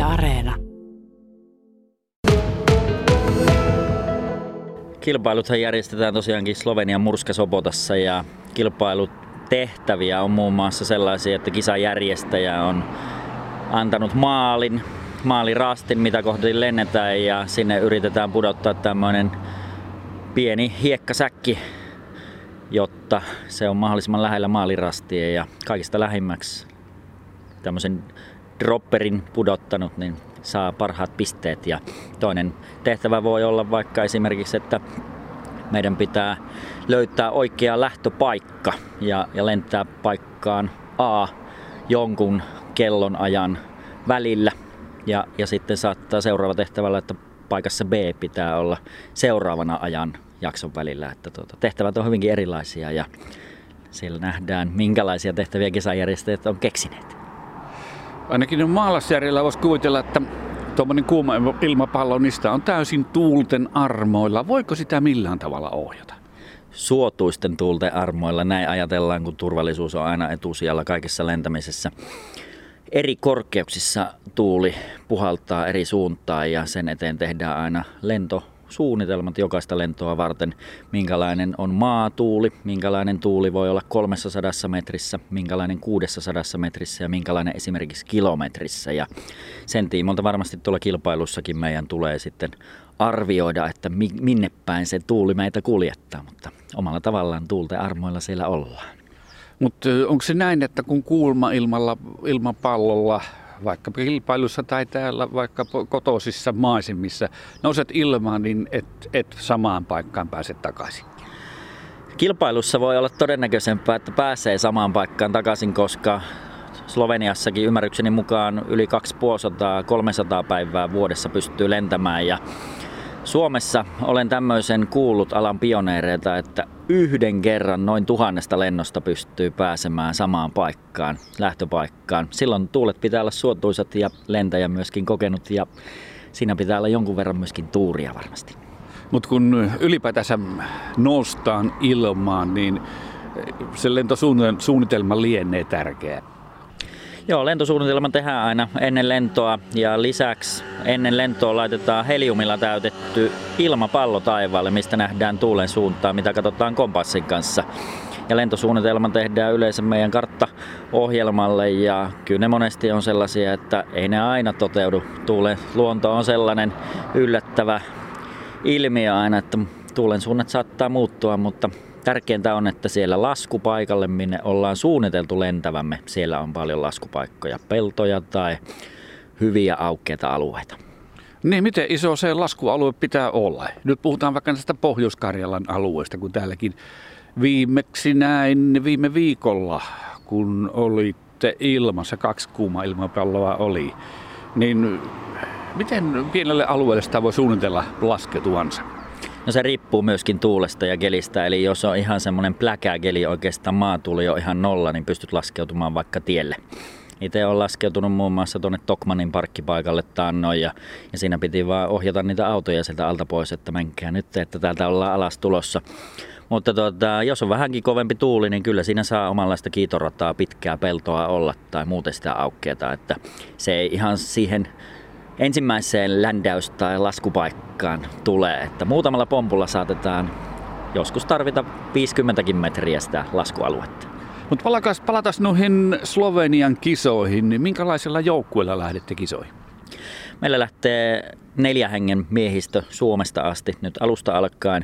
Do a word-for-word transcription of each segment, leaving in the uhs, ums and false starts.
Areena. Kilpailuthan järjestetään tosiaankin Slovenian Murska Sobotassa ja kilpailutehtäviä on muun muassa sellaisia, että kisajärjestäjä on antanut maalin, maalirastin, mitä kohti lennetään ja sinne yritetään pudottaa tämmöinen pieni hiekkasäkki, jotta se on mahdollisimman lähellä maalirastia ja kaikista lähimmäksi tämmöisen dropperin pudottanut, niin saa parhaat pisteet. Ja toinen tehtävä voi olla vaikka esimerkiksi, että meidän pitää löytää oikea lähtöpaikka ja, ja lentää paikkaan A jonkun kellonajan välillä. Ja, ja sitten saattaa seuraava tehtävällä, että paikassa B pitää olla seuraavana ajan jakson välillä. Että tuota, tehtävät on hyvinkin erilaisia ja siellä nähdään, minkälaisia tehtäviä kisajärjestäjät on keksineet. Ainakin maalaisjärjellä voisi kuvitella, että tuommoinen kuuma ilmapallo niistä on täysin tuulten armoilla. Voiko sitä millään tavalla ohjata? Suotuisten tuulten armoilla, näin ajatellaan, kun turvallisuus on aina etusijalla kaikessa lentämisessä. Eri korkeuksissa tuuli puhaltaa eri suuntaan ja sen eteen tehdään aina lentosuunnitelmat jokaista lentoa varten. Minkälainen on maatuuli, minkälainen tuuli voi olla kolmesataa metrissä, minkälainen kuusisataa metrissä ja minkälainen esimerkiksi kilometrissä. Ja sen tiimolta varmasti tuolla kilpailussakin meidän tulee sitten arvioida, että minne päin se tuuli meitä kuljettaa, mutta omalla tavallaan tuulten armoilla siellä ollaan. Mutta onko se näin, että kun kuuma ilmalla, ilmapallolla, vaikka kilpailussa tai täällä vaikka kotoisissa maisemissa nouset ilmaan, niin et, et samaan paikkaan pääse takaisin? Kilpailussa voi olla todennäköisempää, että pääsee samaan paikkaan takaisin, koska Sloveniassakin ymmärrykseni mukaan yli kaksisataa kolmesataa päivää vuodessa pystyy lentämään ja Suomessa olen tämmöisen kuullut alan pioneereilta, että yhden kerran noin tuhannesta lennosta pystyy pääsemään samaan paikkaan, lähtöpaikkaan. Silloin tuulet pitää olla suotuisat ja lentäjä myöskin kokenut ja siinä pitää olla jonkun verran myöskin tuuria varmasti. Mutta kun ylipäätänsä noustaan ilmaan, niin se lentosuunnitelma lienee tärkeä. Joo, lentosuunnitelma tehdään aina ennen lentoa ja lisäksi ennen lentoa laitetaan heliumilla täytetty ilmapallo taivaalle, mistä nähdään tuulen suuntaa, mitä katsotaan kompassin kanssa. Ja lentosuunnitelma tehdään yleensä meidän karttaohjelmalle ja kyllä ne monesti on sellaisia, että ei ne aina toteudu. Tuulen luonto on sellainen yllättävä ilmiö aina, että tuulen suunnat saattaa muuttua, mutta tärkeintä on, että siellä laskupaikalle, minne ollaan suunniteltu lentävämme, siellä on paljon laskupaikkoja, peltoja tai hyviä aukeita alueita. Niin, miten iso se laskualue pitää olla? Nyt puhutaan vaikka tästä Pohjois-Karjalan alueesta, kun täälläkin viimeksi näin viime viikolla, kun olitte ilmassa, kaksi kuuma ilmapalloa oli, niin miten pienelle alueelle sitä voi suunnitella laskeutuvansa? No se riippuu myöskin tuulesta ja kelistä, eli jos on ihan semmoinen pläkä keli, oikeastaan maatuuli on ihan nolla, niin pystyt laskeutumaan vaikka tielle. Itse olen laskeutunut muun muassa tuonne Tokmanin parkkipaikalle taannoin ja, ja siinä piti vaan ohjata niitä autoja sieltä alta pois, että menkää nyt, että täältä ollaan alas tulossa. Mutta tuota, jos on vähänkin kovempi tuuli, niin kyllä siinä saa omanlaista kiitorataa, pitkää peltoa olla tai muuten sitä aukkeeta, että se ei ihan siihen ensimmäiseen ländäys- tai laskupaikkaan tulee, että muutamalla pompulla saatetaan joskus tarvita viisikymmentäkin metriä sitä laskualuetta. Mutta palataan noihin Slovenian kisoihin, niin minkälaisilla joukkueilla lähdette kisoihin? Meillä lähtee neljä hengen miehistö Suomesta asti nyt alusta alkaen.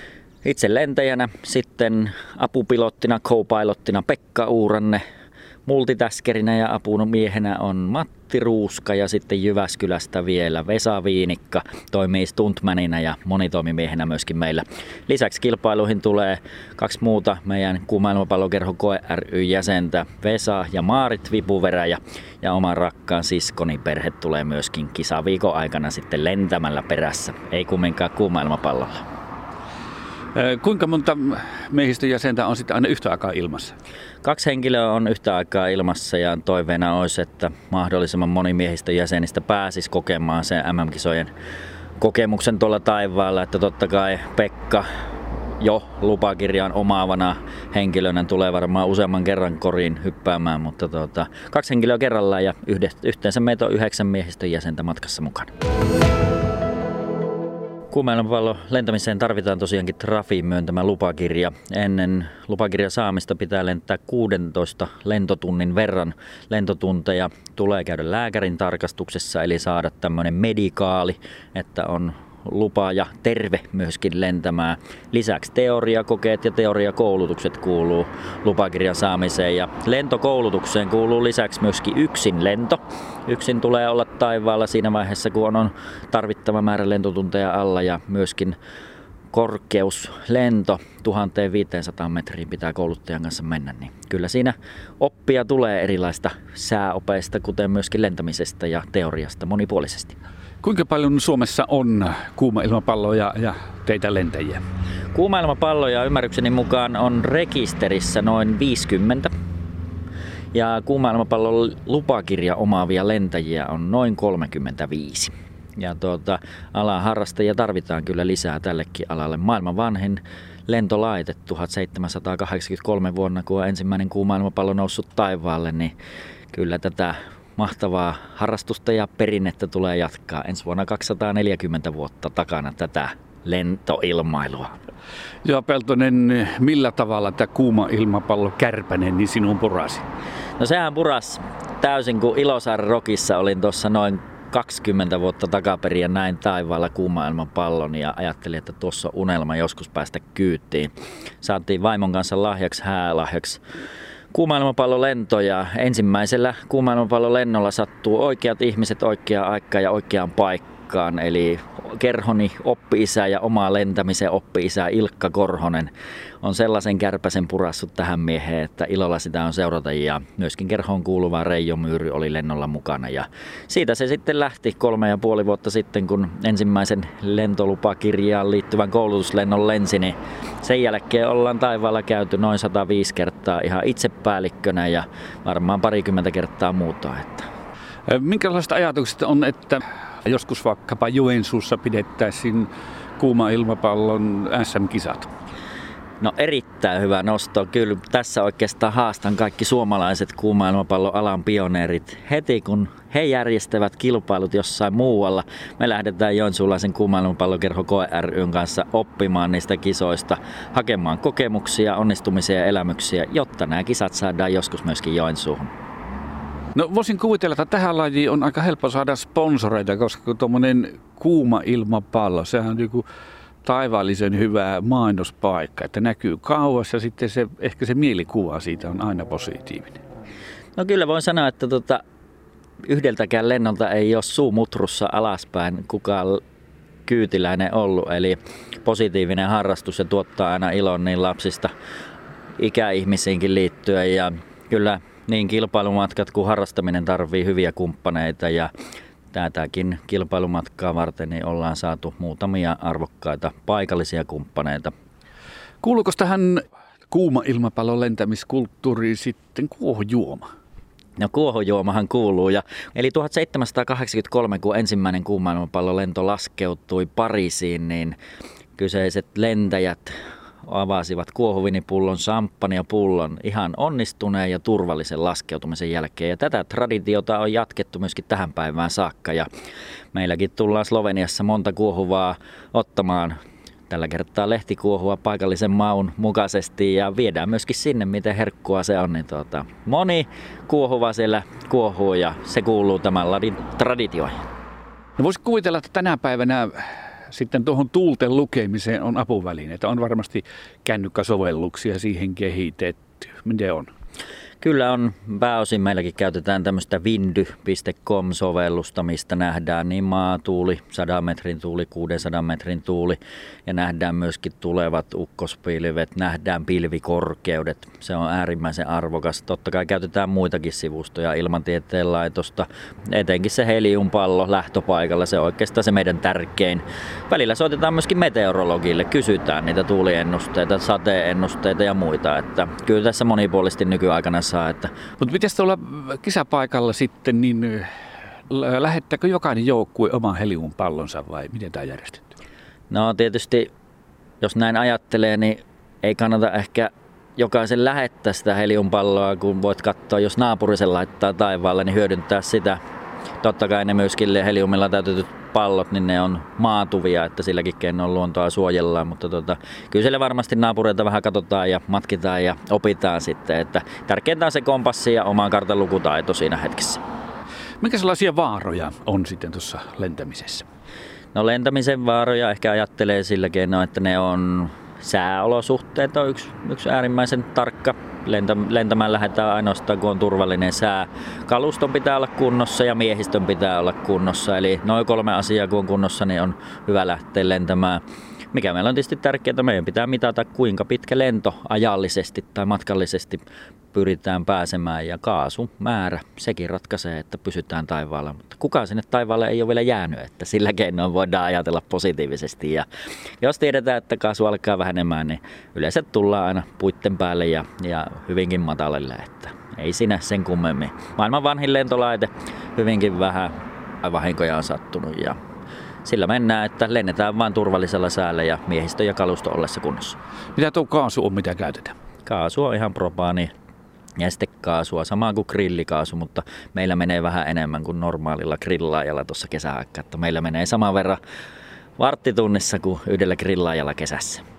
Itse lentäjänä, sitten apupilottina, co-pilottina Pekka Uuranne, multitaskerinä ja apumiehenä on Matti Ruuska ja sitten Jyväskylästä vielä Vesa Viinikka toimii stuntmanina ja monitoimimiehenä myöskin meillä. Lisäksi kilpailuihin tulee kaksi muuta meidän Kuuma ilmapallokerho Koe ry jäsentä, Vesa ja Maarit Vipuverä ja, ja oman rakkaan siskoni perhe tulee myöskin kisaviikon aikana sitten lentämällä perässä, ei kumminkaan Kuuma ilmapallolla. Kuinka monta miehistön jäsentä on sitten aina yhtä aikaa ilmassa? Kaksi henkilöä on yhtä aikaa ilmassa ja toiveena olisi, että mahdollisimman moni miehistön jäsenistä pääsisi kokemaan sen M M-kisojen kokemuksen tuolla taivaalla. Että totta kai Pekka jo lupakirjan omaavana henkilönä tulee varmaan useamman kerran koriin hyppäämään, mutta tuota, kaksi henkilöä kerrallaan ja yhteensä meitä on yhdeksän miehistön jäsentä matkassa mukana. Kuumailmapallon lentämiseen tarvitaan tosiaankin Trafin myöntämä lupakirja. Ennen lupakirjan saamista pitää lentää kuusitoista lentotunnin verran lentotunteja. Tulee käydä lääkärin tarkastuksessa eli saada tämmöinen medikaali, että on lupa ja terve myöskin lentämään. Lisäksi teoriakokeet ja teoriakoulutukset kuuluu lupakirjan saamiseen ja lentokoulutukseen kuuluu lisäksi myöskin yksin lento. Yksin tulee olla taivaalla siinä vaiheessa, kun on tarvittava määrä lentotunteja alla ja myöskin korkeuslento tuhatviisisataa metriin pitää kouluttajan kanssa mennä, niin kyllä siinä oppia tulee erilaista sääopeista, kuten myöskin lentämisestä ja teoriasta monipuolisesti. Kuinka paljon Suomessa on kuumailmapalloja ja teitä lentäjiä? Kuumailmapalloja ymmärrykseni mukaan on rekisterissä noin viisikymmentä. Ja kuumailmapallon lupakirja omaavia lentäjiä on noin kolmekymmentäviisi. Ja tuota, alan harrastajia tarvitaan kyllä lisää tällekin alalle. Maailman vanhin lentolaite tuhatseitsemänsataakahdeksankymmentäkolme vuonna, kun on ensimmäinen kuumailmapallo noussut taivaalle, niin kyllä tätä mahtavaa harrastusta ja perinnettä tulee jatkaa. Ensi vuonna kaksisataaneljäkymmentä vuotta takana tätä lentoilmailua. Joo, Peltonen, millä tavalla tämä kuumailmapallo Kärpänen niin sinun purasi? No sehän puras täysin, kun Ilosaaren Rockissa olin tuossa noin kaksikymmentä vuotta takaperin ja näin taivaalla kuumailmapallon ja ajattelin, että tuossa on unelma joskus päästä kyytiin. Saatiin vaimon kanssa lahjaksi, häälahjaksi kuumailmapallolento ja ensimmäisellä kuumailmapallolennolla sattuu oikeat ihmiset oikeaan aikaan ja oikeaan paikkaan. Eli kerhoni oppi-isä ja oma lentämisen oppi-isä Ilkka Korhonen on sellaisen kärpäsen purassut tähän mieheen, että ilolla sitä on seurata ja myöskin kerhoon kuuluva Reijo Myyry oli lennolla mukana. Ja siitä se sitten lähti kolme ja puoli vuotta sitten, kun ensimmäisen lentolupakirjaan liittyvän koulutuslennon lensi, niin sen jälkeen ollaan taivaalla käyty noin sata viisi kertaa ihan itsepäällikkönä ja varmaan parikymmentä kertaa muuta. Että. Minkälaiset ajatukset on, että joskus vaikkapa Joensuussa pidettäisiin kuumailmapallon äs äm-kisat? No erittäin hyvä nosto. Kyllä tässä oikeastaan haastan kaikki suomalaiset kuumailmapallon alan pioneerit. Heti kun he järjestävät kilpailut jossain muualla, me lähdetään joensuulaisen kuumailmapallokerho K ry:n kanssa oppimaan niistä kisoista, hakemaan kokemuksia, onnistumisia ja elämyksiä, jotta nämä kisat saadaan joskus myöskin Joensuuhun. No voisin kuvitella, että tähän lajiin on aika helppo saada sponsoreita, koska tuommoinen kuumailmapallo, sehän on joku taivaallisen hyvä mainospaikka, että näkyy kauas ja sitten se, ehkä se mielikuva siitä on aina positiivinen. No kyllä voin sanoa, että tota, yhdeltäkään lennolta ei ole suu mutrussa alaspäin kukaan kyytiläinen ollut, eli positiivinen harrastus ja tuottaa aina ilon niin lapsista ikäihmisiinkin liittyen ja kyllä niin kilpailumatkat kuin harrastaminen tarvii hyviä kumppaneita ja tätäkin kilpailumatkaa varten niin ollaan saatu muutamia arvokkaita paikallisia kumppaneita. Kuuluuko tähän kuumailmapallon lentämiskulttuuriin sitten kuohujuoma? No kuohujuomahan kuuluu. Ja, eli tuhatseitsemänsataakahdeksankymmentäkolme, kun ensimmäinen kuumailmapallolento laskeutui Pariisiin, niin kyseiset lentäjät avasivat kuohuvinipullon, samppanjapullon ihan onnistuneen ja turvallisen laskeutumisen jälkeen. Ja tätä traditiota on jatkettu myöskin tähän päivään saakka. Ja meilläkin tullaan Sloveniassa monta kuohuvaa ottamaan. Tällä kertaa lehtikuohua paikallisen maun mukaisesti ja viedään myöskin sinne, miten herkkua se on. Niin tuota, moni kuohuva siellä kuohuu ja se kuuluu tämän ladin traditioihin. No voisi kuvitella, että tänä päivänä sitten tuohon tuulten lukemiseen on apuvälineitä. On varmasti kännykkäsovelluksia siihen kehitetty. Miten on? Kyllä on. Pääosin meilläkin käytetään tämmöistä windy piste com-sovellusta, mistä nähdään niin maatuuli, sadan metrin tuuli, kuudensadan metrin tuuli ja nähdään myöskin tulevat ukkospilvet, nähdään pilvikorkeudet. Se on äärimmäisen arvokas. Totta kai käytetään muitakin sivustoja, ilmantieteen laitosta, etenkin se heliumpallo lähtöpaikalla, se on oikeastaan se meidän tärkein. Välillä soitetaan myöskin meteorologille, kysytään niitä tuuliennusteita, sateennusteita ja muita. Että kyllä tässä monipuolisesti nykyaikana Että... Mutta miten tuolla kisapaikalla sitten, niin lähettääkö jokainen joukkue oman heliumpallonsa vai miten tämä järjestetty? No tietysti jos näin ajattelee, niin ei kannata ehkä jokaisen lähettää sitä heliumpalloa, kun voit katsoa, jos naapurisen laittaa taivaalle, niin hyödyntää sitä. Totta kai ne myöskin heliumilla täytetyt pallot, niin ne on maatuvia, että silläkin keinoin luontoa suojellaan, mutta tota, kyllä siellä varmasti naapureita vähän katsotaan ja matkitaan ja opitaan sitten, että tärkeintä on se kompassi ja oma kartan lukutaito siinä hetkessä. Minkä sellaisia vaaroja on sitten tuossa lentämisessä? No lentämisen vaaroja ehkä ajattelee sillä keinoin, että ne on sääolosuhteet on yksi, yksi äärimmäisen tarkka. Lentä, lentämään lähdetään ainoastaan, kun on turvallinen sää. Kaluston pitää olla kunnossa ja miehistön pitää olla kunnossa. Eli noin kolme asiaa, kun on kunnossa, niin on hyvä lähteä lentämään. Mikä meillä on tietysti tärkeää, meidän pitää mitata, kuinka pitkä lento ajallisesti tai matkallisesti pyritään pääsemään. Ja kaasumäärä, sekin ratkaisee, että pysytään taivaalla. Mutta kukaan sinne taivaalle ei ole vielä jäänyt, että sillä keinoin voidaan ajatella positiivisesti. Ja jos tiedetään, että kaasu alkaa vähenemään, niin yleensä tullaan aina puitten päälle ja, ja hyvinkin matalalle. Että ei siinä sen kummemmin. Maailman vanhin lentolaite, hyvinkin vähän vahinkoja on sattunut. Ja sillä mennään, että lennetään vain turvallisella säällä ja miehistö ja kalusto ollessa kunnossa. Mitä tuo kaasu on, mitä käytetään? Kaasu on ihan propaani nestekaasua, samaa kuin grillikaasu, mutta meillä menee vähän enemmän kuin normaalilla grillaajalla tuossa kesäaikaa. Meillä menee saman verran varttitunnissa kuin yhdellä grillaajalla kesässä.